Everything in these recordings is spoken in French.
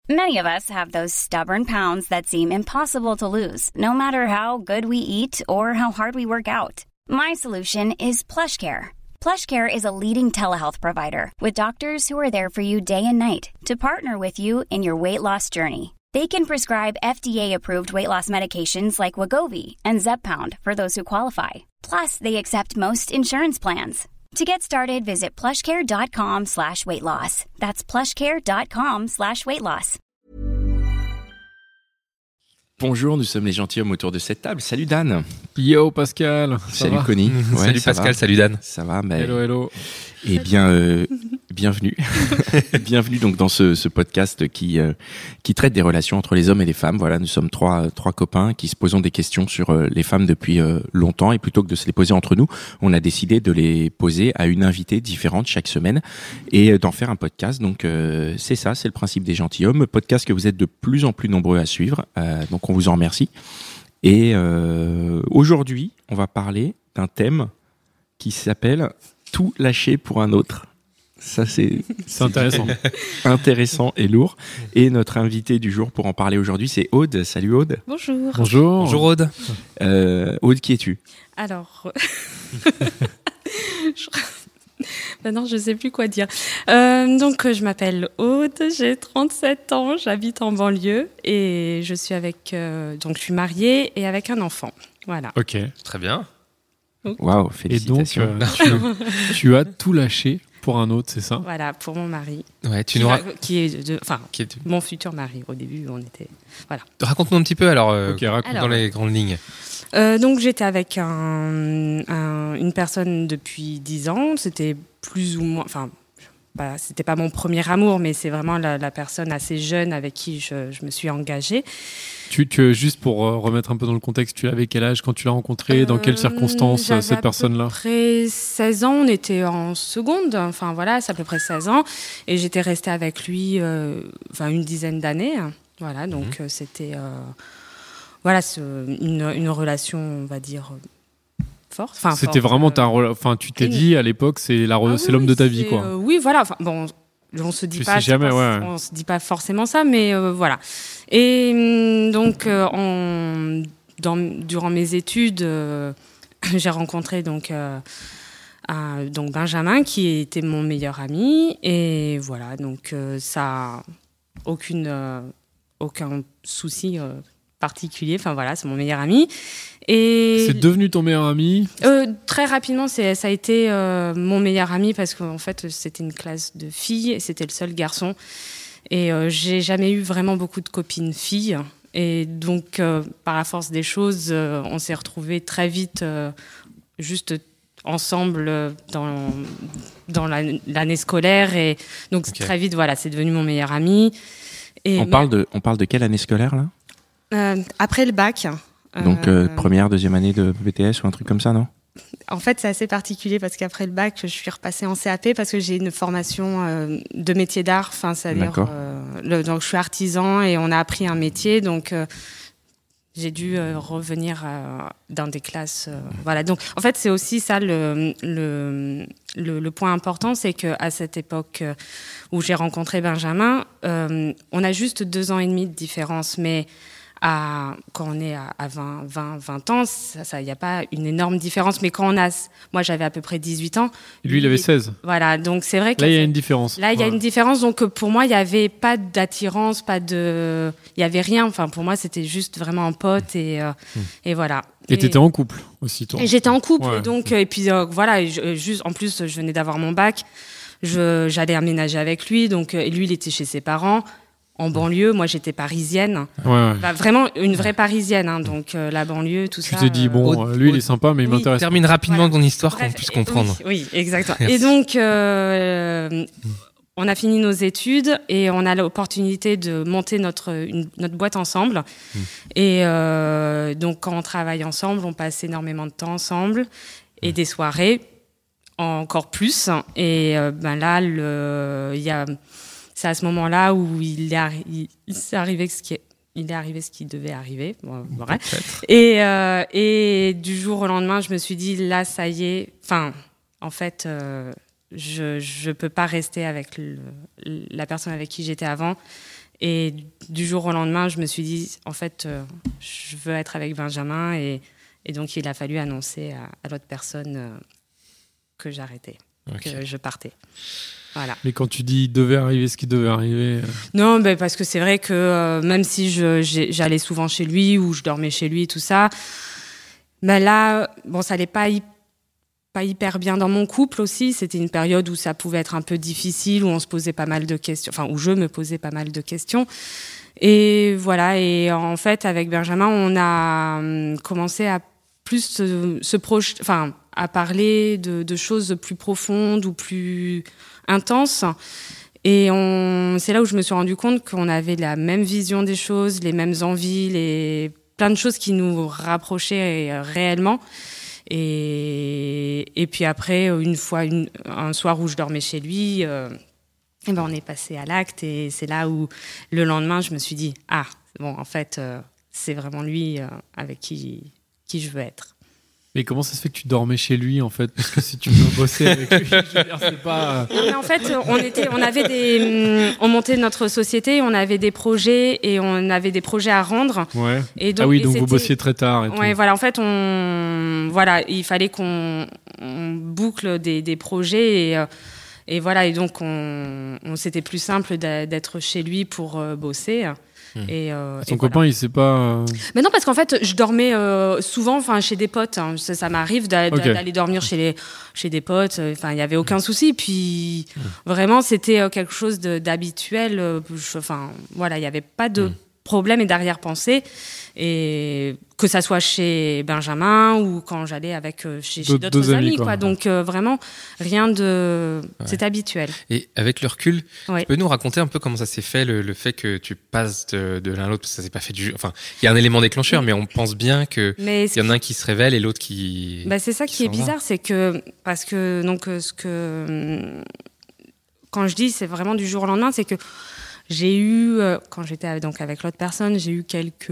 Many of us have those stubborn pounds that seem impossible to lose, no matter how good we eat or how hard we work out. My solution is PlushCare. PlushCare is a leading telehealth provider with doctors who are there for you day and night to partner with you in your weight loss journey. They can prescribe FDA-approved weight loss medications like Wegovy and Zepbound for those who qualify. Plus, they accept most insurance plans. To get started, visit plushcare.com/weightloss. That's plushcare.com/weightloss. Bonjour, nous sommes les gentilshommes autour de cette table. Salut Dan. Yo Pascal. Salut Connie. Ouais, salut Pascal, salut Dan. Ça va, Hello. Eh bien, bienvenue. Bienvenue donc dans ce podcast qui traite des relations entre les hommes et les femmes. Voilà, nous sommes trois copains qui se posons des questions sur les femmes depuis longtemps, et plutôt que de se les poser entre nous, on a décidé de les poser à une invitée différente chaque semaine et d'en faire un podcast. Donc c'est ça, c'est le principe des gentilshommes, podcast que vous êtes de plus en plus nombreux à suivre. Donc on vous en remercie. Et aujourd'hui, on va parler d'un thème qui s'appelle tout lâcher pour un autre. Ça, c'est intéressant. Intéressant et lourd. Et notre invité du jour pour en parler aujourd'hui, c'est Aude. Salut Aude. Bonjour. Bonjour Aude. Aude, qui es-tu ? Alors, maintenant je sais plus quoi dire. Donc, je m'appelle Aude, j'ai 37 ans, j'habite en banlieue et je suis donc je suis mariée et avec un enfant. Voilà. Ok. Très bien. Waouh, félicitations. Et donc, tu as tout lâché pour un autre, c'est ça ? Voilà, pour mon mari. Ouais, qui est mon futur mari. Au début, on était. Voilà. Raconte-nous un petit peu alors, raconte. dans les grandes lignes. Donc, j'étais avec une personne depuis 10 ans. C'était plus ou moins. Enfin, c'était pas mon premier amour, mais c'est vraiment la personne assez jeune avec qui je me suis engagée. Juste pour remettre un peu dans le contexte, tu avais quel âge quand tu l'as rencontré ? Dans quelles circonstances cette personne-là ? À peu près 16 ans, on était en seconde, enfin voilà, c'est à peu près 16 ans. Et j'étais restée avec lui une dizaine d'années. Voilà, donc c'était une relation, on va dire, forte. C'était vraiment tu t'es dit à l'époque, c'est l'homme de ta vie, quoi. Oui, voilà, on se dit pas, jamais, on se dit pas forcément ça, mais voilà. Et donc, durant mes études, j'ai rencontré donc Benjamin, qui était mon meilleur ami, et voilà, donc ça aucun souci particulier. Enfin voilà, c'est mon meilleur ami. Et c'est devenu ton meilleur ami ? Très rapidement, ça a été mon meilleur ami parce qu'en fait, c'était une classe de filles et c'était le seul garçon. Et j'ai jamais eu vraiment beaucoup de copines filles. Et donc, par la force des choses, on s'est retrouvés très vite juste ensemble dans l'année scolaire. Et donc, très vite, voilà, c'est devenu mon meilleur ami. Et on parle de quelle année scolaire, là ? Après le bac. Donc, première, deuxième année de BTS ou un truc comme ça, non ? En fait, c'est assez particulier parce qu'après le bac, je suis repassée en CAP parce que j'ai une formation de métier d'art. Enfin, c'est-à-dire, donc, je suis artisan et on a appris un métier. Donc, j'ai dû revenir dans des classes. Voilà. Donc, en fait, c'est aussi ça le point important, c'est qu'à cette époque où j'ai rencontré Benjamin, on a juste 2 ans et demi de différence, mais quand on est à 20 ans, il n'y a pas une énorme différence. Mais quand moi j'avais à peu près 18 ans. Lui, il avait 16. Voilà, donc c'est vrai que... Là, il y a une différence. Là, il y a une différence. Donc pour moi, il n'y avait pas d'attirance, il n'y avait rien. Enfin, pour moi, c'était juste vraiment un pote et voilà. Et tu étais en couple aussi, toi. Et j'étais en couple, ouais. Donc, et puis voilà, en plus, je venais d'avoir mon bac. J'allais aménager avec lui, donc, et lui, il était chez ses parents. En banlieue, moi j'étais parisienne, vraiment une vraie parisienne, hein, donc la banlieue, tout ça. Tu t'es dit, lui il est sympa, mais il m'intéresse. Termine rapidement ton histoire qu'on puisse comprendre. Oui, exactement. Merci. Et donc, on a fini nos études et on a l'opportunité de monter notre boîte ensemble. Et donc, quand on travaille ensemble, on passe énormément de temps ensemble et des soirées encore plus. Et là, c'est à ce moment-là où il est arrivé ce qui devait arriver. Bon, ouais. Et du jour au lendemain, je me suis dit, là, ça y est. Enfin, en fait, je peux pas rester avec la personne avec qui j'étais avant. Et du jour au lendemain, je me suis dit, en fait, je veux être avec Benjamin. Et donc, il a fallu annoncer à l'autre personne que j'arrêtais, que je partais. Voilà. Mais quand tu dis devait arriver ce qui devait arriver... Non, parce que c'est vrai que même si j'allais souvent chez lui ou je dormais chez lui, tout ça, là, ça n'allait pas hyper bien dans mon couple aussi. C'était une période où ça pouvait être un peu difficile, où on se posait pas mal de questions, enfin, où je me posais pas mal de questions. Et voilà, et en fait, avec Benjamin, on a commencé à plus se projeter, enfin, à parler de choses plus profondes ou plus intenses. Et c'est là où je me suis rendu compte qu'on avait la même vision des choses, les mêmes envies, plein de choses qui nous rapprochaient réellement. Et puis après, un soir où je dormais chez lui, on est passé à l'acte. Et c'est là où, le lendemain, je me suis dit, en fait, c'est vraiment lui avec qui je veux être. Mais comment ça se fait que tu dormais chez lui, en fait? Parce que si tu veux bosser avec lui, je veux dire, c'est pas... Non, mais en fait, on montait notre société, on avait des projets et on avait des projets à rendre. Ouais. Et donc, donc vous bossiez très tard et tout. Ouais, voilà. En fait, il fallait qu'on boucle des projets et voilà. Et donc, c'était plus simple d'être chez lui pour bosser. Ton copain, il sait pas... Mais non, parce qu'en fait, je dormais souvent chez des potes. Hein. Ça m'arrive d'aller dormir chez des potes. Il n'y avait aucun souci. Puis, vraiment, c'était quelque chose d'habituel. Il n'y avait pas de problème et d'arrière-pensée. Et que ça soit chez Benjamin ou quand j'allais chez d'autres amis. Quoi. Donc, vraiment, rien de... Ouais. C'est habituel. Et avec le recul, tu peux nous raconter un peu comment ça s'est fait, le fait que tu passes de l'un à l'autre, parce que ça s'est pas fait du... Enfin, il y a un élément déclencheur, mais on pense bien qu'il y en a un qui se révèle et l'autre qui... c'est ça qui est bizarre, c'est que... Parce que, donc, quand je dis c'est vraiment du jour au lendemain, c'est que j'ai eu, quand j'étais donc avec l'autre personne, j'ai eu quelques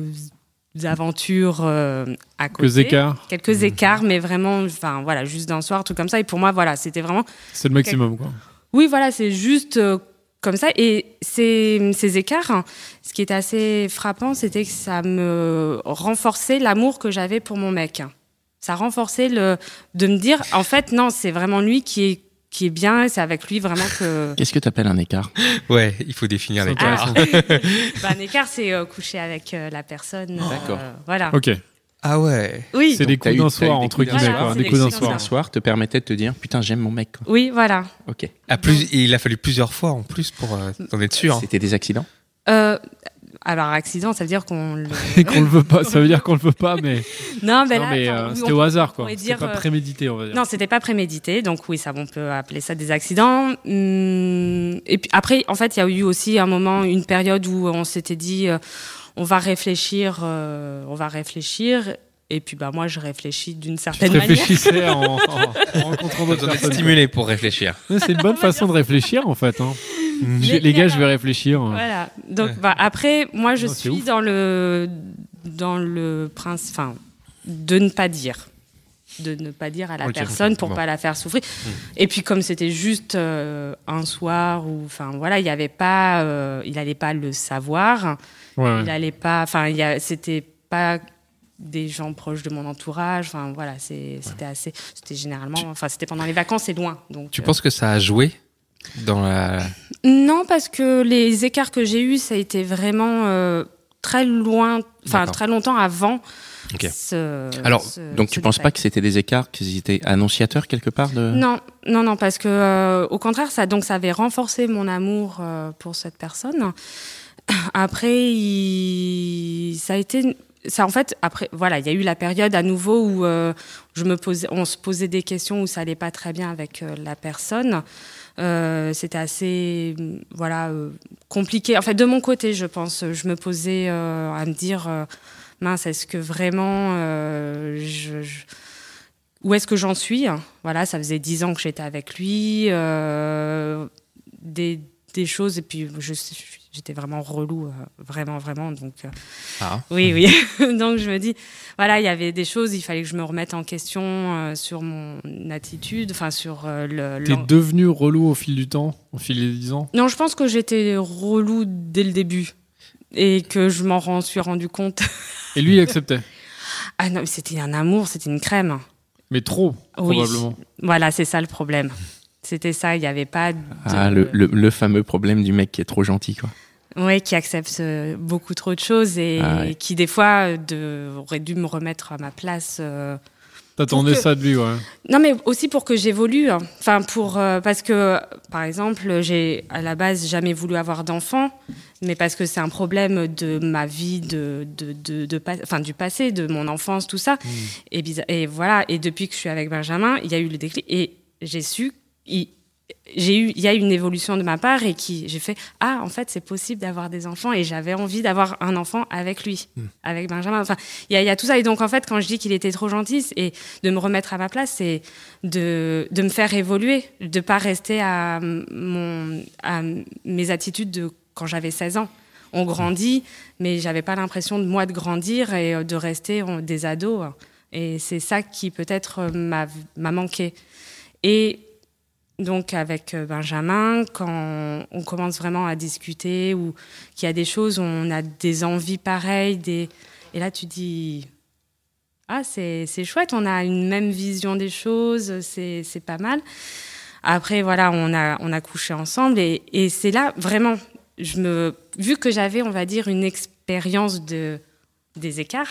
aventures à côté. Quelques écarts, mais vraiment, juste d'un soir, tout comme ça. Et pour moi, c'était vraiment... C'est le maximum, quoi. Oui, voilà, c'est juste comme ça. Et ces écarts, ce qui était assez frappant, c'était que ça me renforçait l'amour que j'avais pour mon mec. Ça renforçait de me dire, en fait, non, c'est vraiment lui qui est bien, et c'est avec lui vraiment que... Qu'est-ce que tu appelles un écart? Ouais, il faut définir l'écart. Un écart, c'est coucher avec la personne. D'accord. Voilà. Ok. Ah ouais. Oui. C'est des coups d'un soir, entre guillemets. Des coups d'un soir. Un soir te permettait de te dire, putain, j'aime mon mec. Quoi. Oui, voilà. Ok. Il a fallu plusieurs fois en plus pour t'en être sûr. C'était des accidents? Alors, accident, ça veut dire qu'on le... qu'on le veut pas, ça veut dire qu'on le veut pas, mais... Non, mais c'était au hasard, quoi. C'était pas prémédité, on va dire. Non, c'était pas prémédité, donc oui, ça, on peut appeler ça des accidents. Et puis après, en fait, il y a eu aussi un moment, une période où on s'était dit, on va réfléchir. Et puis, moi, je réfléchis d'une certaine manière. Tu réfléchissais en rencontrant d'autres personnes. Stimulé pour réfléchir. C'est une bonne façon de réfléchir, en fait. Hein. Les gars, je vais réfléchir. Voilà. Donc, après, moi, je suis dans le principe, de ne pas dire. De ne pas dire à la personne pour pas la faire souffrir. Et puis, comme c'était juste un soir où, il allait pas le savoir. Ouais. Il allait pas, c'était pas des gens proches de mon entourage. C'était généralement, c'était pendant les vacances et loin. Donc, tu penses que ça a joué dans la... Non, parce que les écarts que j'ai eus, ça a été vraiment très loin, très longtemps avant. Okay. Donc tu penses pas que c'était des écarts, qu'ils étaient annonciateurs quelque part de... Non, parce que au contraire, ça avait renforcé mon amour pour cette personne. Après, ça a été... Ça, en fait, après, il y a eu la période à nouveau où on se posait des questions où ça allait pas très bien avec la personne. C'était assez compliqué. En fait, de mon côté, je pense, je me posais à me dire mince, est-ce que vraiment où est-ce que j'en suis? Voilà, ça faisait 10 ans que j'étais avec lui, des choses, et puis j'étais vraiment relou, vraiment. Donc Oui. Donc je me dis, voilà, il y avait des choses, il fallait que je me remette en question sur mon attitude, enfin sur T'es devenu relou au fil du temps, au fil des 10 ans ? Non, je pense que j'étais relou dès le début et que je m'en suis rendu compte. Et lui, il acceptait ? Ah non, c'était un amour, c'était une crème. Mais trop, probablement. Voilà, c'est ça le problème. C'était ça, il n'y avait pas de... le fameux problème du mec qui est trop gentil, quoi. Oui, qui accepte beaucoup trop de choses et qui, des fois, aurait dû me remettre à ma place. T'attendais ça de lui, ouais. Non, mais aussi pour que j'évolue. Enfin, parce que, par exemple, j'ai, à la base, jamais voulu avoir d'enfant, mais parce que c'est un problème de ma vie, du passé, de mon enfance, tout ça. Et voilà. Et depuis que je suis avec Benjamin, il y a eu le déclic et j'ai su... Il y a eu une évolution de ma part et j'ai fait en fait c'est possible d'avoir des enfants et j'avais envie d'avoir un enfant avec lui, avec Benjamin. Enfin il y a tout ça et donc en fait quand je dis qu'il était trop gentil et de me remettre à ma place, c'est de me faire évoluer, de pas rester à mes attitudes de quand j'avais 16 ans. On grandit, mais j'avais pas l'impression de moi de grandir et de rester des ados et c'est ça qui peut-être m'a manqué. Et donc avec Benjamin, quand on commence vraiment à discuter ou qu'il y a des choses où on a des envies pareilles, et là tu dis c'est chouette, on a une même vision des choses, c'est pas mal. Après voilà, on a couché ensemble et c'est là vraiment vu que j'avais on va dire une expérience des écarts.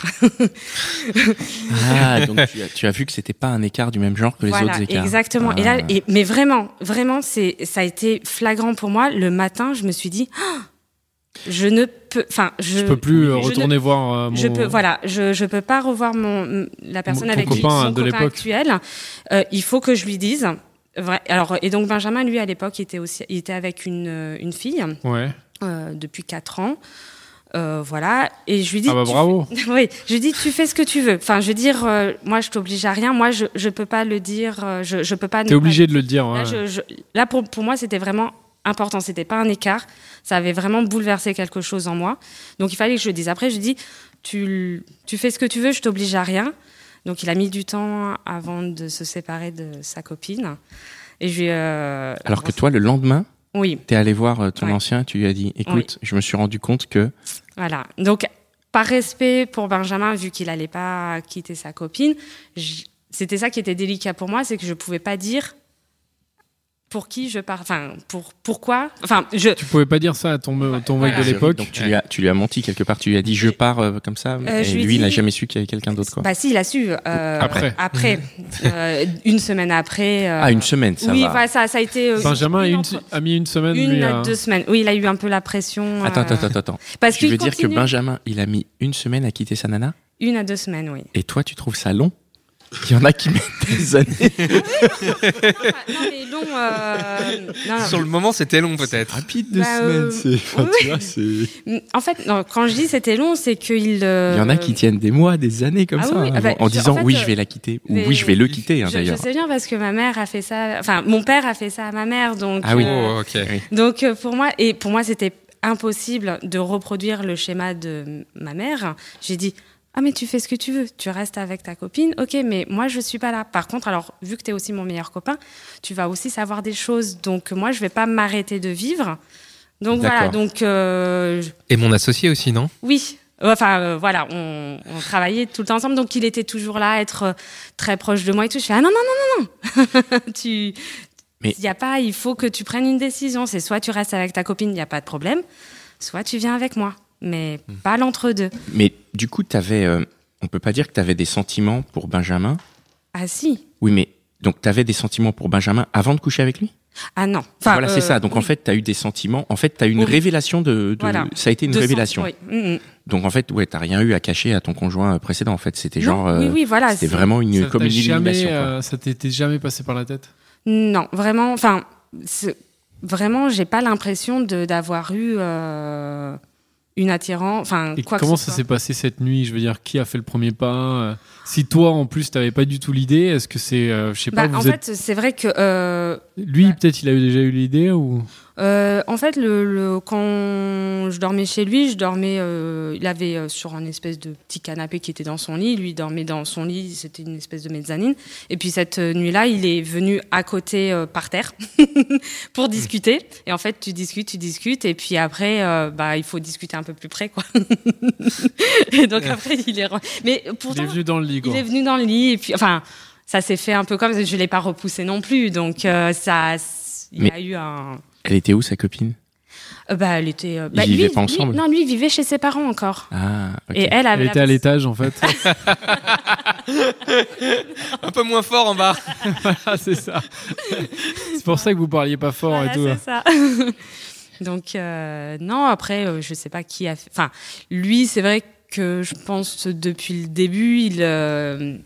Donc tu as vu que c'était pas un écart du même genre que les autres écarts. Exactement. Et là, mais vraiment, ça a été flagrant pour moi. Le matin, je me suis dit, je ne peux, je peux plus retourner voir mon. Je peux pas revoir la personne avec qui son copain actuel. Il faut que je lui dise. Alors, et donc Benjamin, lui, à l'époque, il était avec une fille. Ouais. Depuis 4 ans. Voilà, et je lui dis bravo. Oui, je lui dis tu fais ce que tu veux. Enfin, je veux dire moi je t'oblige à rien. Moi je peux pas le dire, je peux pas. T'es obligé de le dire. Là pour moi c'était vraiment important, c'était pas un écart, ça avait vraiment bouleversé quelque chose en moi. Donc il fallait que je le dise. Après je dis tu fais ce que tu veux, je t'oblige à rien. Donc il a mis du temps avant de se séparer de sa copine. Et je lui alors que toi le lendemain oui. T'es allé voir ton ancien, tu lui as dit, écoute, je me suis rendu compte que... Voilà. Donc, par respect pour Benjamin, vu qu'il n'allait pas quitter sa copine, c'était ça qui était délicat pour moi, c'est que je ne pouvais pas dire pour qui je pars, pourquoi, Tu pouvais pas dire ça à ton mec de l'époque. Donc tu lui as menti quelque part, tu lui as dit je pars comme ça, et lui il n'a jamais su qu'il y avait quelqu'un d'autre, quoi. Bah si, il a su après, une semaine après. Une semaine, ça va. Oui, ça a été. Benjamin a mis une semaine. Une à 2 semaines. Oui, il a eu un peu la pression. Attends. Parce tu veux dire que Benjamin, il a mis 1 semaine à quitter sa nana ? 1 à 2 semaines, oui. Et toi, tu trouves ça long ? Il y en a qui mettent des années. Non, mais long. Sur le moment, c'était long, peut-être. Rapide 2 semaines. Tu vois, c'est. En fait, quand je dis c'était long, c'est qu'il. Il y en a qui tiennent des mois, des années comme ça, en disant oui, je vais la quitter, ou oui, je vais le quitter, d'ailleurs. Je sais bien parce que ma mère a fait ça. Enfin, mon père a fait ça à ma mère, donc. Ah oui. Ok. Donc pour moi, c'était impossible de reproduire le schéma de ma mère. J'ai dit. Ah mais tu fais ce que tu veux, tu restes avec ta copine, ok, mais moi je suis pas là. Par contre, alors vu que tu es aussi mon meilleur copain, tu vas aussi savoir des choses, donc moi je vais pas m'arrêter de vivre. Donc voilà, donc... Et mon associé aussi, non ? Oui, voilà, on travaillait tout le temps ensemble, donc il était toujours là, être très proche de moi et tout. Je fais non, il faut que tu prennes une décision, c'est soit tu restes avec ta copine, il n'y a pas de problème, soit tu viens avec moi. Mais pas l'entre-deux. Mais du coup, on peut pas dire que tu avais des sentiments pour Benjamin ? Ah si. Oui, mais donc tu avais des sentiments pour Benjamin avant de coucher avec lui ? Ah non. Voilà, c'est ça. Donc en fait, tu as eu des sentiments. En fait, tu as eu une révélation Voilà. Ça a été une révélation. Oui. Donc en fait, tu n'as rien eu à cacher à ton conjoint précédent. En fait, c'était genre. Oui, voilà. C'était vraiment une illumination. Ça t'était jamais passé par la tête ? Non, vraiment. Vraiment, j'ai pas l'impression d'avoir eu. Une attirance, et comment ça s'est passé cette nuit ? Je veux dire, qui a fait le premier pas ? Si toi, en plus, t'avais pas du tout l'idée, est-ce que c'est, je sais pas, fait, c'est vrai que Lui, peut-être, il a déjà eu l'idée ou... En fait, quand je dormais chez lui, il avait sur un espèce de petit canapé qui était dans son lit. Lui, il dormait dans son lit, c'était une espèce de mezzanine. Et puis cette nuit-là, il est venu à côté par terre pour discuter. Et en fait, tu discutes. Et puis après, il faut discuter un peu plus près, quoi. Et donc après, Mais pourtant, il est venu dans le lit, quoi. Il est venu dans le lit. Et puis, enfin, ça s'est fait un peu comme... Je ne l'ai pas repoussé non plus. Donc, il y a eu un... Elle était où, sa copine? Elle était. Ils vivaient pas ensemble? Non, lui, il vivait chez ses parents encore. Ah, ok. Et elle était à l'étage, en fait. Un peu moins fort en bas. Voilà, c'est ça. C'est pour ça que vous parliez pas fort et tout. C'est ça. Donc, non, après, je sais pas qui a fait. Enfin, lui, c'est vrai que je pense depuis le début, je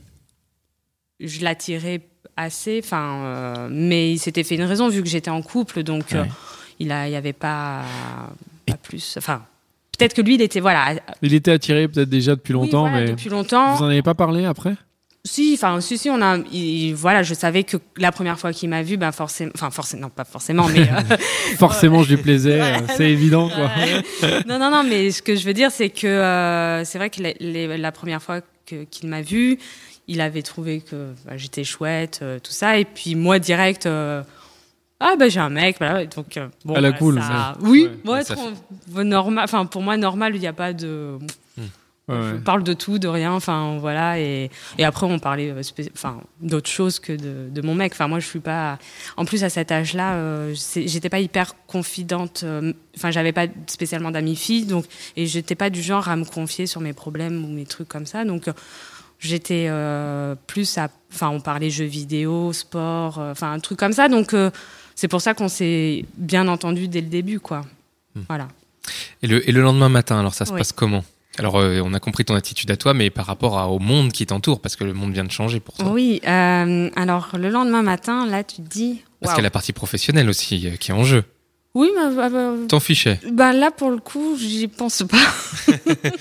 l'attirais assez, mais il s'était fait une raison vu que j'étais en couple, donc il y avait pas plus. Enfin, peut-être que lui, il était Il était attiré peut-être déjà depuis longtemps, mais depuis longtemps. Vous en avez pas parlé après? Si, on a. Je savais que la première fois qu'il m'a vu, forcément, non, pas forcément, mais. Forcément, je lui plaisais, c'est évident, quoi. Non, mais ce que je veux dire, c'est que c'est vrai que la première fois qu'il m'a vu, il avait trouvé que j'étais chouette, tout ça. Et puis moi, direct, j'ai un mec. Voilà, donc, cool. Ça... Oui, normal. Enfin, pour moi, normal, il n'y a pas de... Je parle de tout, de rien. Enfin, voilà. Et après, on parlait d'autres choses que de mon mec. Enfin, moi, je suis pas... En plus, à cet âge-là, j'étais pas hyper confidente. Enfin, j'avais pas spécialement d'amis filles. Donc, et j'étais pas du genre à me confier sur mes problèmes ou mes trucs comme ça. Donc... J'étais plus à... Enfin, on parlait jeux vidéo, sport, un truc comme ça. Donc, c'est pour ça qu'on s'est bien entendu dès le début, quoi. Voilà. Et le lendemain matin, alors ça se passe comment? Alors, on a compris ton attitude à toi, mais par rapport au monde qui t'entoure, parce que le monde vient de changer pour toi. Oui, alors le lendemain matin, là, tu te dis... Parce qu'il y a la partie professionnelle aussi qui est en jeu. Oui, T'en fichais? Là, pour le coup, j'y pense pas.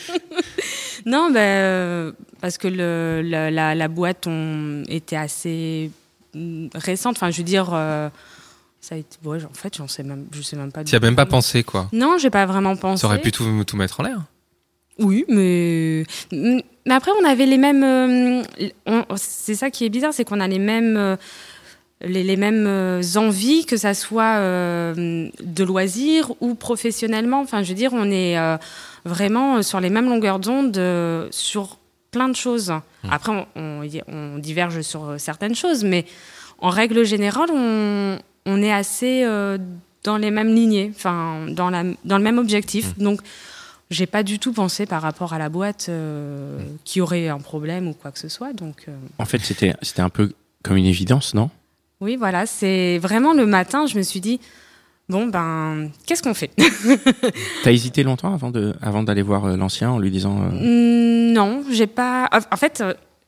Non, parce que la boîte était assez récente. Enfin, je veux dire, ça a été. Ouais, en fait, je sais même pas. Tu as même pas pensé, quoi? Non, j'ai pas vraiment pensé. Ça aurait pu tout mettre en l'air. Oui, mais après, on avait les mêmes. C'est ça qui est bizarre, c'est qu'on a les mêmes. Les mêmes envies, que ça soit de loisirs ou professionnellement. Enfin, je veux dire, on est vraiment sur les mêmes longueurs d'onde sur plein de choses. Après, on diverge sur certaines choses, mais en règle générale, on est assez dans les mêmes lignées, enfin, dans le même objectif. Donc, j'ai pas du tout pensé par rapport à la boîte qu'il y aurait un problème ou quoi que ce soit. Donc, En fait, c'était un peu comme une évidence, non? Oui, voilà, c'est vraiment le matin, je me suis dit, qu'est-ce qu'on fait? T'as hésité longtemps avant d'aller voir l'ancien en lui disant... Non, j'ai pas... En fait,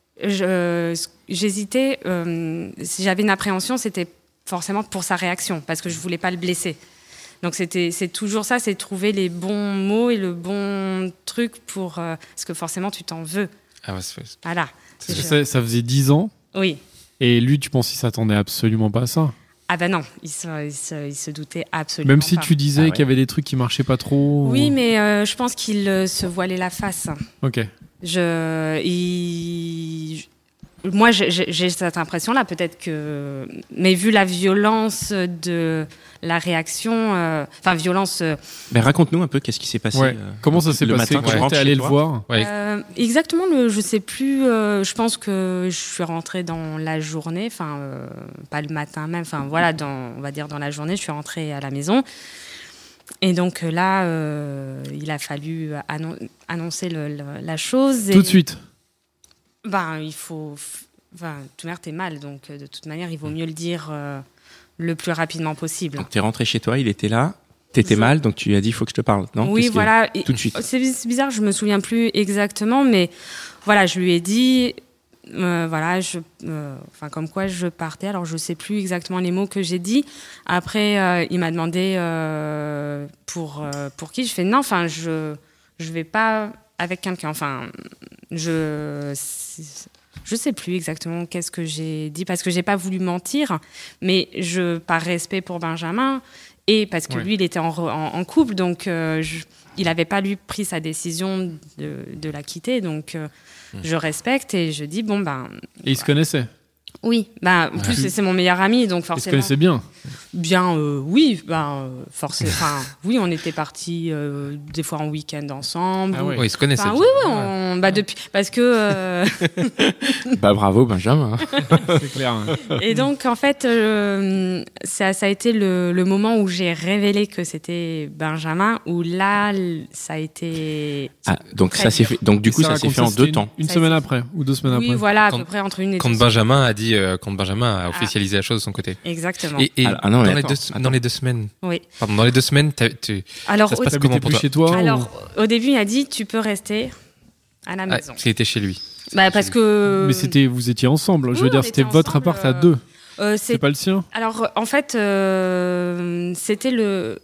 j'hésitais, si j'avais une appréhension, c'était forcément pour sa réaction, parce que je voulais pas le blesser. Donc c'est toujours ça, c'est trouver les bons mots et le bon truc pour... parce que forcément, tu t'en veux. Ah ouais, Voilà. Ça faisait 10 ans. Oui. Et lui, tu penses qu'il s'attendait absolument pas à ça? Ah non, il se doutait absolument pas. Même si tu disais qu'il y avait des trucs qui marchaient pas trop? Oui, mais je pense qu'il se voilait la face. Ok. Moi, j'ai cette impression-là, peut-être que... Mais vu la violence de la réaction... violence... Mais raconte-nous un peu qu'est-ce qui s'est passé. Comment ça s'est passé quand tu es allé le voir? Exactement, je sais plus. Je pense que je suis rentrée dans la journée, pas le matin même, voilà, on va dire dans la journée, je suis rentrée à la maison. Et donc là, il a fallu annoncer la chose. Tout de suite? Il faut... toute mère, t'es mal, donc de toute manière, il vaut mieux le dire le plus rapidement possible. Donc t'es rentré chez toi, il était là, t'étais mal, donc tu lui as dit, il faut que je te parle, non? Oui, voilà. Tout de suite. C'est bizarre, je me souviens plus exactement, mais voilà, je lui ai dit... comme quoi je partais. Alors, je sais plus exactement les mots que j'ai dit. Après, il m'a demandé pour qui. Je fais non, je vais pas avec quelqu'un. Je sais plus exactement qu'est-ce que j'ai dit parce que j'ai pas voulu mentir, mais par respect pour Benjamin et parce que lui il était en couple, donc il avait pas lui pris sa décision de la quitter, donc je respecte et je dis bon ben. Et ils se connaissaient. Oui, en plus c'est mon meilleur ami, donc forcément. Ils se connaissaient bien. Bien, oui, forcément. Oui, on était partis des fois en week-end ensemble. Ah oui, ils se connaissaient. Oui, depuis, parce que. Bravo Benjamin. C'est clair. Hein. Et donc en fait, ça a été le moment où j'ai révélé que c'était Benjamin, où là, ça a été. Donc ça s'est fait. Donc du coup, ça s'est fait en 2 temps. Une semaine après ou 2 semaines après. Oui, voilà, à peu près entre une et 2 semaines. Quand Benjamin a officialisé la chose de son côté. Exactement. Et dans les 2 semaines. Oui. Pardon, dans les 2 semaines, alors, ça se passe comment pour toi? Chez toi Alors, au début, il a dit tu peux rester à la maison. Parce qu'il était chez lui. Parce que. Mais vous étiez ensemble. Je veux dire, c'était votre appart à 2. C'est pas le sien. Alors, en fait, c'était le.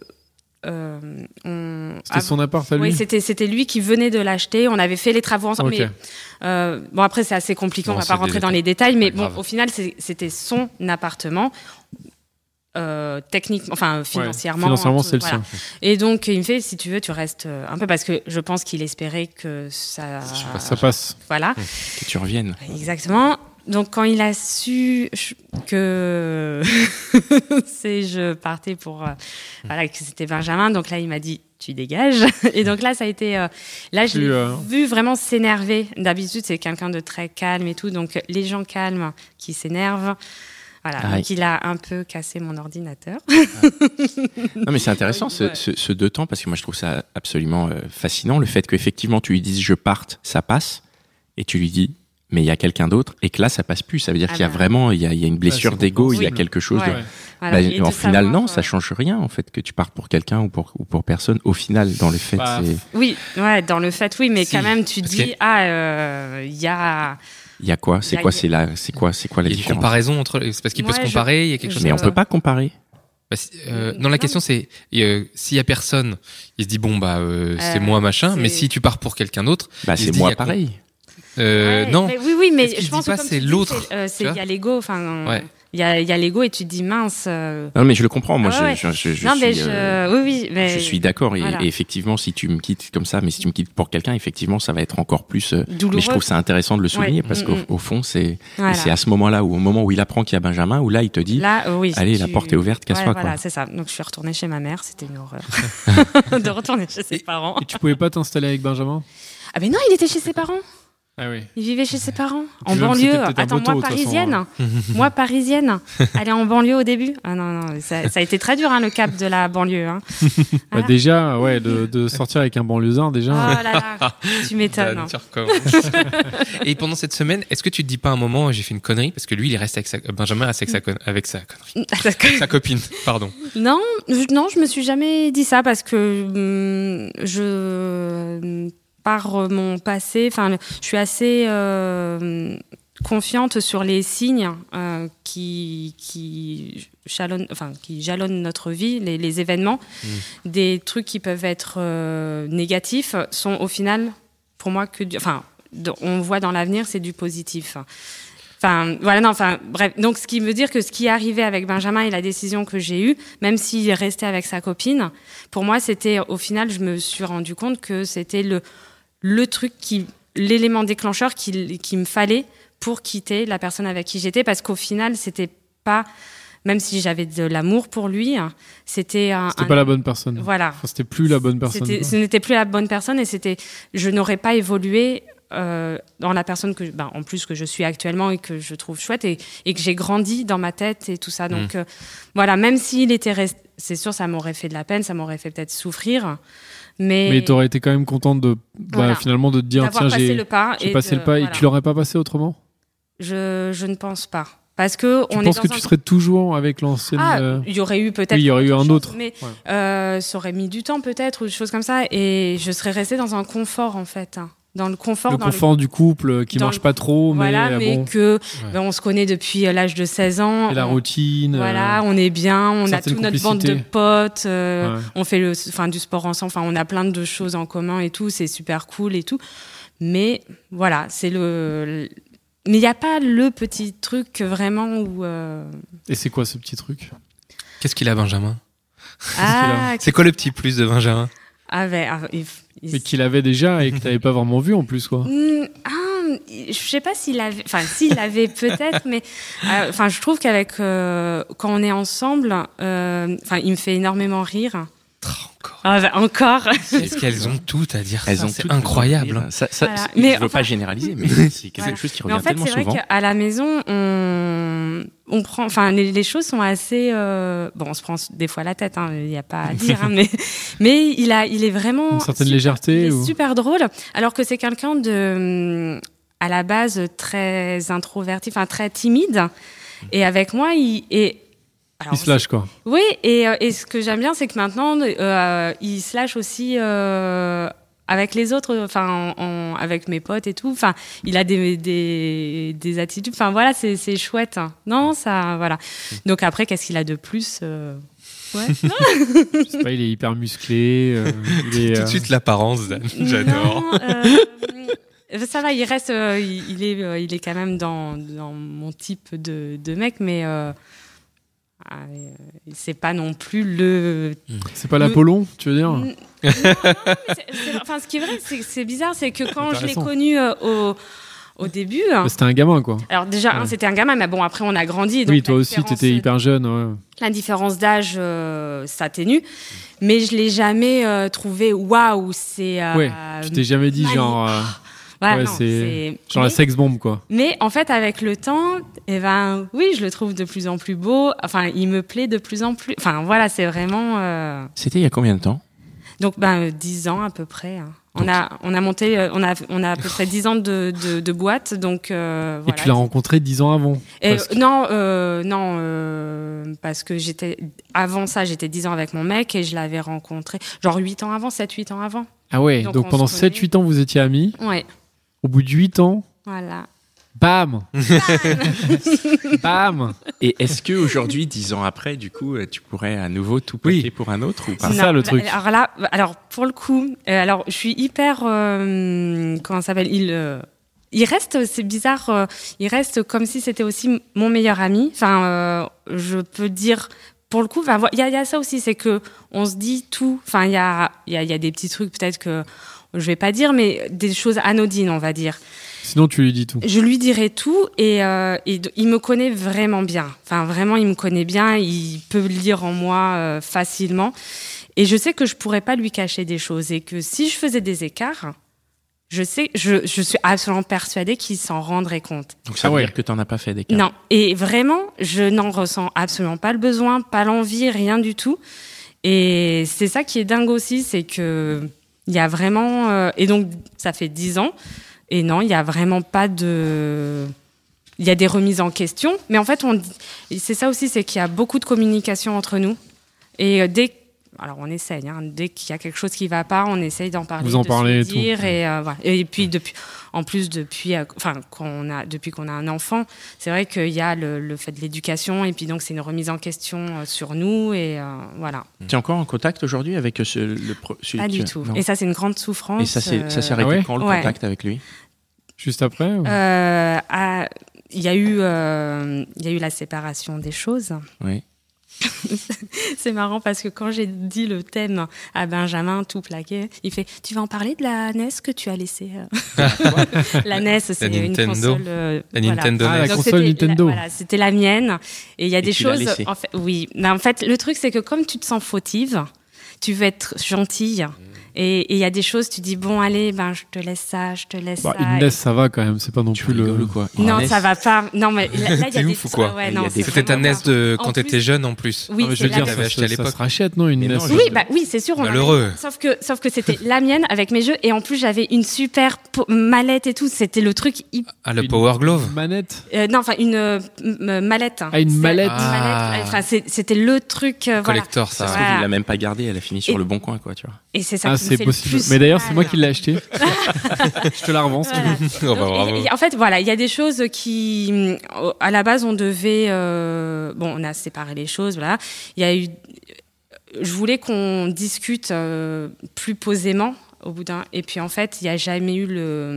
C'était son appart à lui. Oui, c'était lui qui venait de l'acheter. On avait fait les travaux ensemble. Okay. Mais après c'est assez compliqué. On va pas rentrer dans les détails. Mais bon, au final, c'était son appartement. Techniquement, enfin financièrement. Financièrement, c'est le sien. Et donc il me fait si tu veux, tu restes un peu parce que je pense qu'il espérait que ça passe. Voilà. Que tu reviennes. Exactement. Donc, quand il a su que je partais pour... que c'était Benjamin, donc là, il m'a dit, tu dégages. Et donc là, ça a été... là, je l'ai vu vraiment s'énerver. D'habitude, c'est quelqu'un de très calme et tout. Donc, les gens calmes qui s'énervent... Voilà, donc il a un peu cassé mon ordinateur. Non, mais c'est intéressant ce 2 temps, parce que moi, je trouve ça absolument fascinant. Le fait qu'effectivement, tu lui dises, je parte, ça passe. Et tu lui dis... mais il y a quelqu'un d'autre, et que là, ça passe plus. Ça veut dire qu'il y a vraiment, il y a une blessure d'ego, il y a quelque chose de... Voilà. En final, non, ça change rien, en fait, que tu partes pour quelqu'un ou pour personne. Au final, dans le fait, c'est... Oui, dans le fait, oui, mais quand même, tu dis, il y a... Il y a quoi? C'est quoi la différence? Il y a une comparaison entre... C'est parce qu'il peut se comparer, il y a quelque chose... Mais on peut pas comparer. Non, la question c'est s'il y a personne, il se dit c'est moi machin, mais si tu pars pour quelqu'un d'autre, c'est moi pareil. Non. Mais oui, mais je pense que c'est l'autre. Il y a l'ego, il y a l'ego et tu te dis mince. Non, mais je le comprends. Moi, je suis d'accord. Et effectivement, si tu me quittes comme ça, mais si tu me quittes pour quelqu'un, effectivement, ça va être encore plus douloureux. Mais je trouve ça intéressant de le souligner parce qu'au fond, c'est à ce moment-là, au moment où il apprend qu'il y a Benjamin, où là, il te dit, allez, la porte est ouverte, casse-toi. Voilà, c'est ça. Donc, je suis retournée chez ma mère. C'était une horreur de retourner chez ses parents. Et tu pouvais pas t'installer avec Benjamin? Ah mais non, il était chez ses parents. Ah oui. Il vivait chez ses parents, en banlieue. Attends, moi parisienne, aller en banlieue au début. Ah non, ça a été très dur, le cap de la banlieue. Voilà. Déjà, de sortir avec un banlieusard, déjà. Oh là là, tu m'étonnes. Et pendant cette semaine, est-ce que tu te dis pas un moment, j'ai fait une connerie, parce que lui, il reste Benjamin avec sa connerie. Sa copine, pardon. Non, je me suis jamais dit ça parce que par mon passé, je suis assez confiante sur les signes qui jalonnent notre vie, les événements. Des trucs qui peuvent être négatifs sont au final, pour moi, on voit dans l'avenir, c'est du positif. Bref. Donc, ce qui veut dire que ce qui est arrivé avec Benjamin et la décision que j'ai eue, même s'il est resté avec sa copine, pour moi, c'était, au final, je me suis rendu compte que c'était le truc l'élément déclencheur qu'il me fallait pour quitter la personne avec qui j'étais, parce qu'au final, c'était pas, même si j'avais de l'amour pour lui, c'était pas la bonne personne. Voilà. C'était plus la bonne personne. Ce n'était plus la bonne personne, et je n'aurais pas évolué dans la personne en plus que je suis actuellement et que je trouve chouette et que j'ai grandi dans ma tête et tout ça. Donc même s'il était resté, c'est sûr, ça m'aurait fait de la peine, ça m'aurait fait peut-être souffrir. Mais tu aurais été quand même contente finalement de te dire tiens, j'ai passé le pas et tu l'aurais pas passé autrement? Je ne pense pas. Parce que tu penses que tu serais toujours avec l'ancienne... il y aurait eu peut-être... Oui, il y aurait eu un autre. Mais ça aurait mis du temps peut-être, ou des choses comme ça. Et je serais restée dans un confort, en fait. Dans le confort. Du couple qui marche pas trop. On se connaît depuis l'âge de 16 ans. Et la routine. Voilà, on est bien, on a toute notre bande de potes. On fait du sport ensemble. On a plein de choses en commun et tout. C'est super cool et tout. Mais voilà, c'est Mais il n'y a pas le petit truc vraiment où... Et c'est quoi ce petit truc ? Qu'est-ce qu'il a, Benjamin ? C'est quoi le petit plus de Benjamin ? Mais qu'il avait déjà et que tu n'avais pas vraiment vu en plus, quoi. Je sais pas s'il avait... Enfin, s'il avait peut-être, mais... je trouve qu'avec... quand on est ensemble, il me fait énormément rire. Encore. Est-ce qu'elles ont tout à dire ça ? C'est incroyable. Ça, voilà. Je ne veux pas généraliser, mais c'est quelque chose qui revient tellement souvent. C'est vrai qu'à la maison, on prend... Enfin, les choses sont assez... on se prend des fois la tête, il n'y a pas à dire, mais il est vraiment... Une certaine légèreté. Il est super drôle, alors que c'est quelqu'un de... à la base, très introverti, très timide. Et avec moi, il se lâche, quoi. Oui, et ce que j'aime bien, c'est que maintenant, il se lâche aussi avec les autres, avec mes potes et tout. Enfin, il a des attitudes. Enfin, voilà, c'est chouette. Non, ça, voilà. Donc après, qu'est-ce qu'il a de plus Ouais. Je sais pas, il est hyper musclé. Tout de suite l'apparence, j'adore. Ça va, il reste, il est quand même dans mon type de mec, mais c'est pas non plus le. C'est pas l'Apollon, tu veux dire ? Non, mais ce qui est vrai, c'est bizarre, c'est que quand je l'ai connu au début. C'était un gamin, quoi. Alors déjà, c'était un gamin, mais bon, après on a grandi. Donc oui, toi aussi, t'étais hyper jeune. Ouais. La différence d'âge s'atténue, mais je l'ai jamais trouvé waouh, c'est. Tu t'es jamais dit genre. Voilà, c'est genre la sex-bombe, quoi. Mais en fait, avec le temps, oui, je le trouve de plus en plus beau. Enfin, il me plaît de plus en plus. Enfin, voilà, c'est vraiment... C'était il y a combien de temps ? Donc, 10 ans à peu près. On a monté... On a à peu près 10 ans de boîte, donc... voilà. Et tu l'as rencontré 10 ans avant ? Non, parce que avant ça, j'étais 10 ans avec mon mec et je l'avais rencontré genre 8 ans avant, 7-8 ans avant. Ah ouais, donc pendant 7-8 ans, vous étiez amis ? Ouais. Au bout de 8 ans, voilà. Bam. Bam. Et est-ce qu'aujourd'hui, 10 ans après, du coup, tu pourrais à nouveau tout plaquer pour un autre ou pas ? C'est ça le truc. Alors pour le coup, je suis hyper... comment ça s'appelle ? Il reste, c'est bizarre, il reste comme si c'était aussi mon meilleur ami. Enfin, je peux dire... Pour le coup, il y a ça aussi, c'est que on se dit tout. Enfin, il y a des petits trucs peut-être que je vais pas dire, mais des choses anodines, on va dire. Sinon, tu lui dis tout. Je lui dirai tout et il me connaît vraiment bien. Enfin, vraiment, il me connaît bien. Il peut le lire en moi facilement. Et je sais que je pourrais pas lui cacher des choses et que si je faisais des écarts, je suis absolument persuadée qu'il s'en rendrait compte. Donc ça veut dire que tu n'en as pas fait d'écart. Non, et vraiment, je n'en ressens absolument pas le besoin, pas l'envie, rien du tout. Et c'est ça qui est dingue aussi, c'est que il y a vraiment... et donc, ça fait 10 ans. Et non, il n'y a vraiment pas de... Il y a des remises en question. Mais en fait, c'est ça aussi, c'est qu'il y a beaucoup de communication entre nous. Et alors, on essaye. Dès qu'il y a quelque chose qui ne va pas, on essaye d'en parler. Vous en parlez et tout. Voilà. Et puis, depuis qu'on a un enfant, c'est vrai qu'il y a le fait de l'éducation. Et puis, donc, c'est une remise en question sur nous. Et voilà. Tu es encore en contact aujourd'hui avec celui Pas du tout. Non. Et ça, c'est une grande souffrance. Et ça s'est arrêté quand, le contact avec lui ? Juste après Il y a eu la séparation des choses. Oui. C'est marrant parce que quand j'ai dit le thème à Benjamin, tout plaqué, il fait « Tu vas en parler de la NES que tu as laissée » La NES, c'est une console... la Nintendo NES. La console Nintendo. Voilà, c'était la mienne. Et il y a des choses... En fait, oui. Mais en fait, le truc, c'est que comme tu te sens fautive, tu veux être gentille. Et il y a des choses, tu dis, bon, allez, je te laisse ça. Une NES, ça va quand même, c'est pas non plus le... quoi. Non, ça va pas. Non, mais là, il y a des ouf ou quoi C'était ta NES quand t'étais jeune en plus. Oui, je veux dire, ça se rachète, non, une NES. Oui, c'est sûr. Malheureux. Sauf que c'était la mienne avec mes jeux et en plus, j'avais une super mallette et tout. C'était le truc hyper... Ah, le Power Glove. Une manette non, enfin, une mallette. Ah, une mallette. Enfin, c'était le truc... Collector, ça. Voilà. Il l'a même pas gardé, elle a fini sur le bon coin, quoi, tu vois. Et c'est ça qui me fait possible. Le plus mais d'ailleurs, c'est moi qui l'ai acheté. Je te la revends. Bravo. En fait, voilà, il y a des choses qui, à la base, on devait, on a séparé les choses, voilà. Il y a eu, je voulais qu'on discute plus posément au bout d'un, et puis en fait, il n'y a jamais eu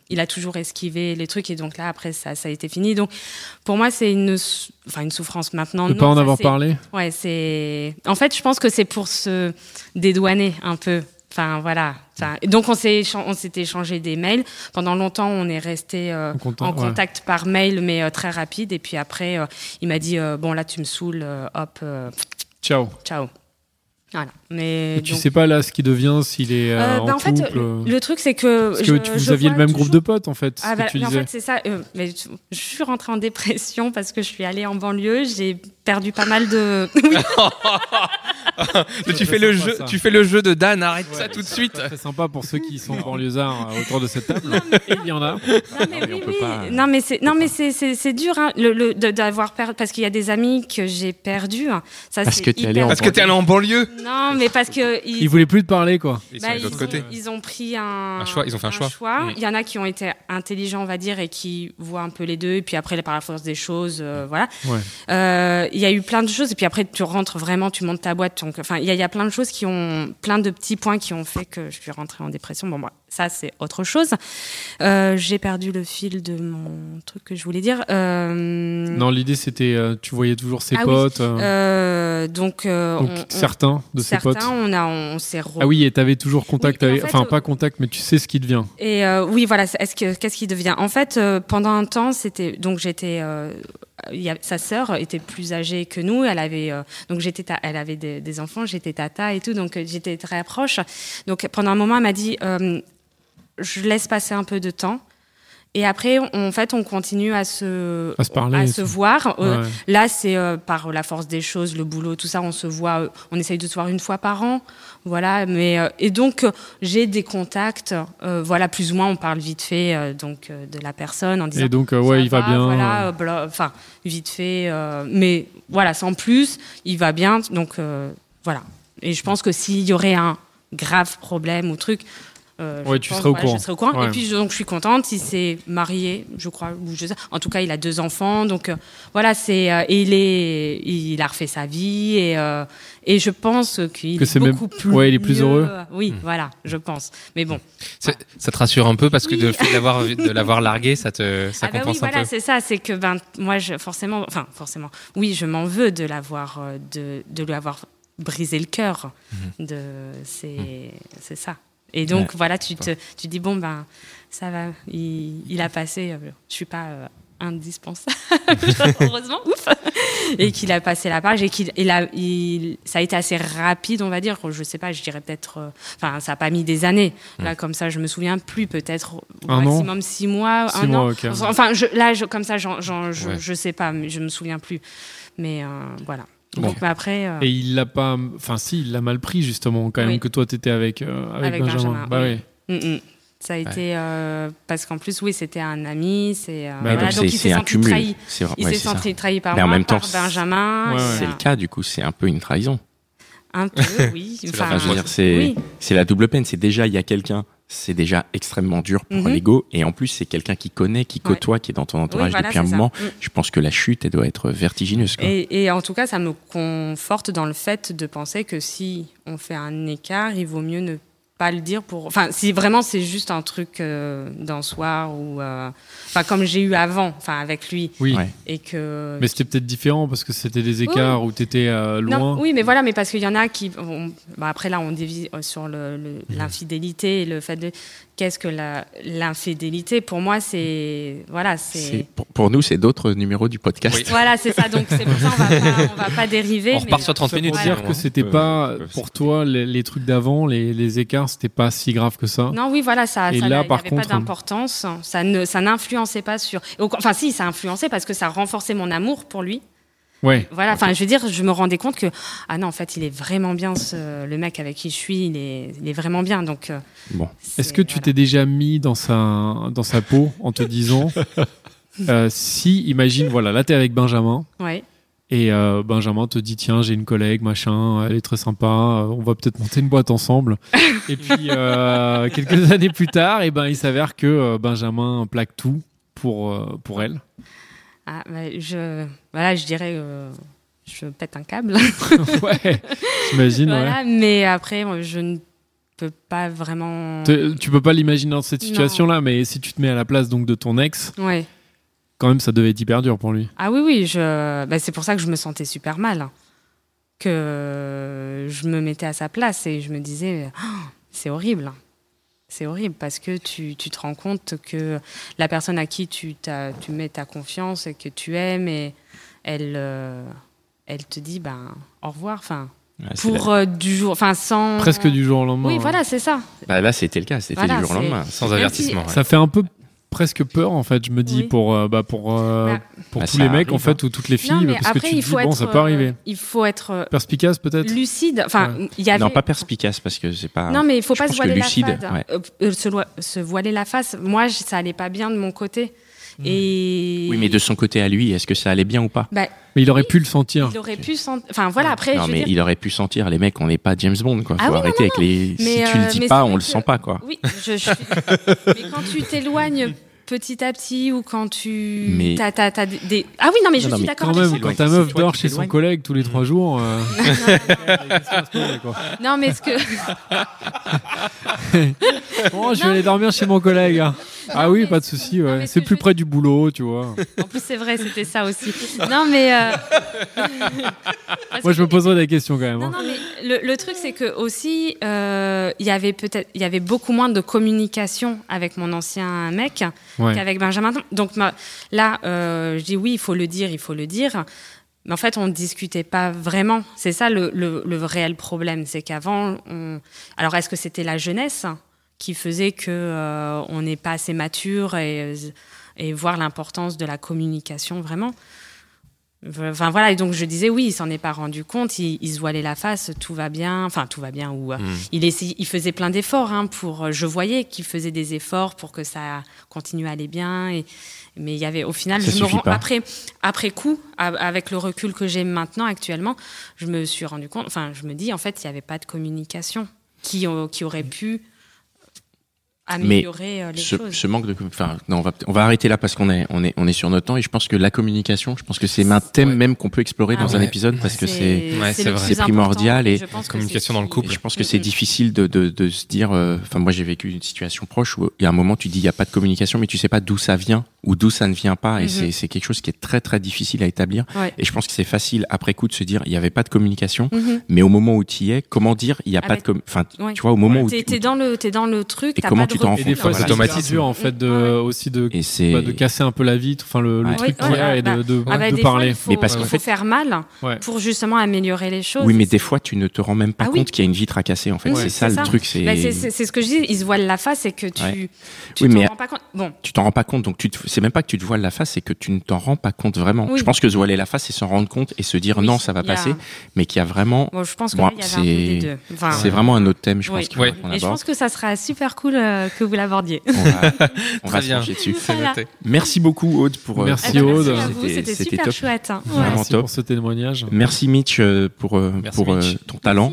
il a toujours esquivé les trucs et donc là après ça a été fini. Donc pour moi c'est une souffrance maintenant. De pas en avoir parlé. Ouais, c'est. En fait, je pense que c'est pour se dédouaner un peu. Enfin voilà. Donc on s'était échangé des mails. Pendant longtemps, on est resté en contact par mail, mais très rapide. Et puis après, il m'a dit bon là tu me saoules, hop. Ciao. Voilà. Mais tu sais pas là ce qu'il devient, s'il est en fait, couple. Le truc c'est que vous aviez le même groupe de potes en fait. En fait c'est ça. Mais je suis rentrée en dépression parce que je suis allée en banlieue. J'ai perdu pas mal de. Tu fais le jeu de Dan. Arrête ça tout de suite. C'est très sympa pour ceux qui sont banlieusards autour de cette table. Et il y en a. Non mais c'est dur hein, d'avoir perdu parce qu'il y a des amis que j'ai perdus. Ça, parce que tu es allé en banlieue. Non, mais parce que ils voulaient plus te parler, quoi. Ils ont pris un choix. Ils ont fait un choix. Il y en a qui ont été intelligents, on va dire, et qui voient un peu les deux. Et puis après, par la force des choses, voilà. Ouais. Il y a eu plein de choses. Et puis après, tu rentres vraiment, tu montes ta boîte. Enfin, il y a plein de choses plein de petits points qui ont fait que je suis rentrée en dépression. Bon, ça, c'est autre chose. J'ai perdu le fil de mon truc que je voulais dire. Non, l'idée, c'était, tu voyais toujours ses potes. Donc certains de ses potes. On s'est. Ah oui, et t'avais toujours contact avec. Enfin, pas contact, mais tu sais ce qui devient. Et oui, voilà. Qu'est-ce qui devient ? En fait, pendant un temps, c'était. Donc j'étais. Sa sœur était plus âgée que nous. Elle avait. Donc elle avait des enfants. J'étais tata et tout. Donc j'étais très proche. Donc pendant un moment, elle m'a dit. Je laisse passer un peu de temps. Et après, on continue à se parler, à se voir. Là, c'est par la force des choses, le boulot, tout ça, on se voit. On essaye de se voir une fois par an, voilà. Mais et donc j'ai des contacts, voilà, plus ou moins. On parle vite fait, donc de la personne en disant. Et donc il va bien. Voilà, enfin vite fait, mais voilà, sans plus, il va bien. Donc voilà. Et je pense que s'il y aurait un grave problème ou truc. Tu serais au courant. Je serais au courant. Ouais. Et puis donc je suis contente. Il s'est marié, je crois, ou je sais. En tout cas, il a 2 enfants. Donc voilà, et il a refait sa vie et je pense qu'il est beaucoup plus. Ouais, il est plus heureux. Oui, voilà, je pense. Mais bon. Ça te rassure un peu parce que le fait de l'avoir largué, ça compense un peu. Voilà, c'est ça. C'est que moi, forcément. Oui, je m'en veux de l'avoir, de lui avoir brisé le cœur. C'est ça. Et donc, voilà, tu dis, bon, ça va, il a passé, je suis pas indispensable, heureusement, ouf, et qu'il a passé la page, et ça a été assez rapide, on va dire, je sais pas, je dirais peut-être, ça a pas mis des années, là, comme ça, je me souviens plus, peut-être au maximum 6 mois, 1 an. Okay. Enfin, comme ça, je sais pas, mais je me souviens plus, mais voilà. Donc, après, Et il l'a pas. Enfin, si, il l'a mal pris, justement, quand même, que toi, t'étais avec Benjamin. Bah oui. Ça a été. Parce qu'en plus, oui, c'était un ami. Donc il s'est senti trahi. Il s'est senti trahi par moi, par Benjamin. C'est le cas, du coup, c'est un peu une trahison. Un peu, oui. Je veux dire, c'est la double peine. C'est déjà, il y a quelqu'un. C'est déjà extrêmement dur pour l'ego. Et en plus, c'est quelqu'un qui connaît, qui côtoie, qui est dans ton entourage depuis un moment. Je pense que la chute, elle doit être vertigineuse. Quoi. Et en tout cas, ça me conforte dans le fait de penser que si on fait un écart, il vaut mieux ne pas le dire pour. Enfin, si vraiment c'est juste un truc d'un soir ou. Comme j'ai eu avant, avec lui. Oui. Et que. Mais c'était peut-être différent parce que c'était des écarts où tu étais loin. Non, oui, mais voilà, mais parce qu'il y en a qui. Après, là, on dévie sur l'infidélité et le fait de. Qu'est-ce que l'infidélité ? Pour moi, c'est. Voilà, c'est. Pour nous, c'est d'autres numéros du podcast. Oui. Voilà, c'est ça. Donc, c'est pour ça on va pas dériver. On repart sur 30 minutes. Pour dire que c'était pas. Pour toi, les trucs d'avant, les écarts, c'était pas si grave que ça. Non, oui, voilà, ça et là, n'avait par contre, pas d'importance. Ça n'influençait pas sur. Enfin, si, ça influençait parce que ça renforçait mon amour pour lui. Ouais. Voilà, je veux dire, je me rendais compte que non, en fait, il est vraiment bien le mec avec qui je suis, il est vraiment bien. Donc, est-ce que tu t'es déjà mis dans sa peau en te disant, si, imagine, voilà, là t'es avec Benjamin. Ouais. Et Benjamin te dit, tiens, j'ai une collègue, machin, elle est très sympa, on va peut-être monter une boîte ensemble. Et puis quelques années plus tard, il s'avère que Benjamin plaque tout pour elle. Ah, je dirais, je pète un câble. Ouais, j'imagine. Voilà, ouais. Mais après, je ne peux pas vraiment... Tu peux pas l'imaginer dans cette situation-là, mais si tu te mets à la place donc de ton ex, quand même, ça devait être hyper dur pour lui. Ah oui, c'est pour ça que je me sentais super mal. Que je me mettais à sa place et je me disais, c'est horrible. C'est horrible parce que tu te rends compte que la personne à qui tu mets ta confiance et que tu aimes, et elle te dit au revoir. Du jour, sans... Presque du jour au lendemain. Oui, voilà, c'est ça. Là, c'était le cas, du jour au lendemain. Sans avertissement. Ça fait un peu presque peur, en fait, je me dis, pour tous les mecs, en fait, ou toutes les filles, parce après, que tu te dis, ça peut arriver. Il faut être... perspicace, peut-être. Lucide. Non, pas perspicace, parce que c'est pas... Non, mais il faut pas se voiler lucide, la face. Se voiler la face. Moi, ça allait pas bien de mon côté. Et... Oui, mais de son côté à lui, est-ce que ça allait bien ou pas? Mais il aurait pu le sentir. Il aurait pu sentir. Enfin, voilà, après. Non, mais il aurait pu sentir. Les mecs, on n'est pas James Bond, quoi. Faut arrêter avec les. Mais, si tu le dis pas, on le sent pas, quoi. Oui, mais quand tu t'éloignes petit à petit ou quand tu. T'as des. Ah oui, non, mais je suis d'accord. Quand même, quand ta meuf dort chez son collègue tous les 3 jours. Non, mais ce que. Bon, je vais aller dormir chez mon collègue. Ah oui, pas de souci. Ouais. C'est plus près du boulot, tu vois. En plus, c'est vrai, c'était ça aussi. Non, mais. Moi, je me poserais des questions quand même. Non, mais le truc, c'est que aussi, il y avait beaucoup moins de communication avec mon ancien mec qu'avec Benjamin. Donc là, je dis oui, il faut le dire. Mais en fait, on ne discutait pas vraiment. C'est ça le réel problème. C'est qu'avant, alors est-ce que c'était la jeunesse qui faisait qu'on n'est pas assez mature et voir l'importance de la communication vraiment. Enfin voilà, et donc je disais oui, il s'en est pas rendu compte, il se voilait la face, tout va bien, ou il faisait plein d'efforts je voyais qu'il faisait des efforts pour que ça continue à aller bien, mais il y avait au final après coup, avec le recul que j'ai maintenant actuellement, je me suis rendu compte, je me dis en fait il y avait pas de communication qui aurait pu améliorer les choses. Ce manque de, on va arrêter là parce qu'on est sur notre temps, et je pense que la communication, c'est un thème même qu'on peut explorer dans un épisode parce que c'est primordial, et la communication dans le couple. Je pense que c'est difficile de se dire, moi j'ai vécu une situation proche où il y a un moment tu dis il y a pas de communication, mais tu sais pas d'où ça vient ou d'où ça ne vient pas, et c'est quelque chose qui est très très difficile à établir. Et je pense que c'est facile après coup de se dire il y avait pas de communication, mais au moment où tu y es, comment dire il y a pas de tu vois, au moment où t'es dans le truc, t'as pas de et des fois, c'est automatisme en fait de casser un peu la vitre, le truc qu'il y a, et de parler. Mais parce qu'il faut faire mal pour justement améliorer les choses. Oui, mais des fois, tu ne te rends même pas compte qu'il y a une vitre à casser. En fait, c'est ça le truc. C'est ce que je dis. Ils se voilent la face et que tu t'en rends pas compte. Bon. Tu t'en rends pas compte. Donc c'est même pas que tu te voiles la face, c'est que tu ne t'en rends pas compte vraiment. Je pense que se voiler la face, c'est s'en rendre compte et se dire non, ça va passer, mais qu'il y a vraiment. Je pense que là, il y avait un peu des deux. C'est vraiment un autre thème, je pense qu'il faut qu'on aborde. Et je pense que ça sera super cool que vous l'abordiez. On va se pencher dessus. Merci beaucoup Aude pour. Merci Aude. C'était super top. Chouette. Merci pour ce témoignage. Merci Mitch pour ton talent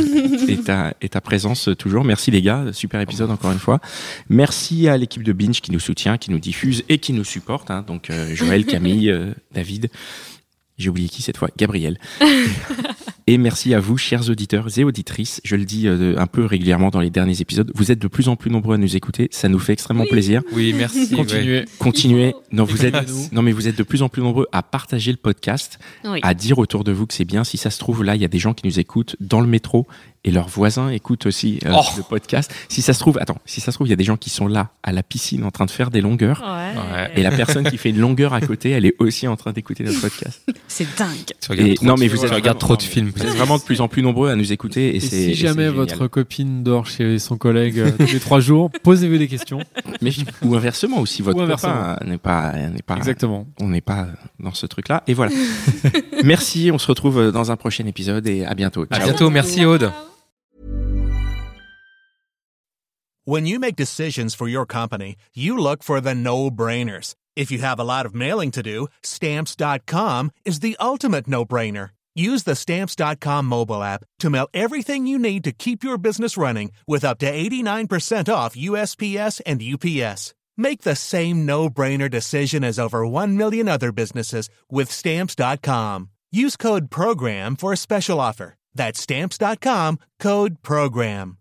et ta présence toujours. Merci les gars, super épisode encore une fois. Merci à l'équipe de Binge qui nous soutient, qui nous diffuse et qui nous supporte. Donc Joël, Camille, David. J'ai oublié qui cette fois, Gabriel. Et merci à vous, chers auditeurs et auditrices. Je le dis un peu régulièrement dans les derniers épisodes. Vous êtes de plus en plus nombreux à nous écouter. Ça nous fait extrêmement plaisir. Oui, merci. Continuez. Non, vous êtes de plus en plus nombreux à partager le podcast, à dire autour de vous que c'est bien. Si ça se trouve, là, il y a des gens qui nous écoutent dans le métro et leurs voisins écoutent aussi le podcast. Si ça se trouve, il y a des gens qui sont là à la piscine en train de faire des longueurs. Et la personne qui fait une longueur à côté, elle est aussi en train d'écouter notre podcast. C'est dingue. Vous regardes trop de films. Vous êtes vraiment de plus en plus nombreux à nous écouter. Et si jamais votre copine dort chez son collègue tous les 3 jours, posez-vous des questions. Ou inversement, ou si votre copain n'est pas. Exactement. On n'est pas dans ce truc-là. Et voilà. Merci. On se retrouve dans un prochain épisode et à bientôt. Ciao. À bientôt. Merci Aude. When you make decisions for your company, you look for the no-brainers. If you have a lot of mailing to do, Stamps.com is the ultimate no-brainer. Use the Stamps.com mobile app to mail everything you need to keep your business running with up to 89% off USPS and UPS. Make the same no-brainer decision as over 1 million other businesses with Stamps.com. Use code PROGRAM for a special offer. That's Stamps.com, code PROGRAM.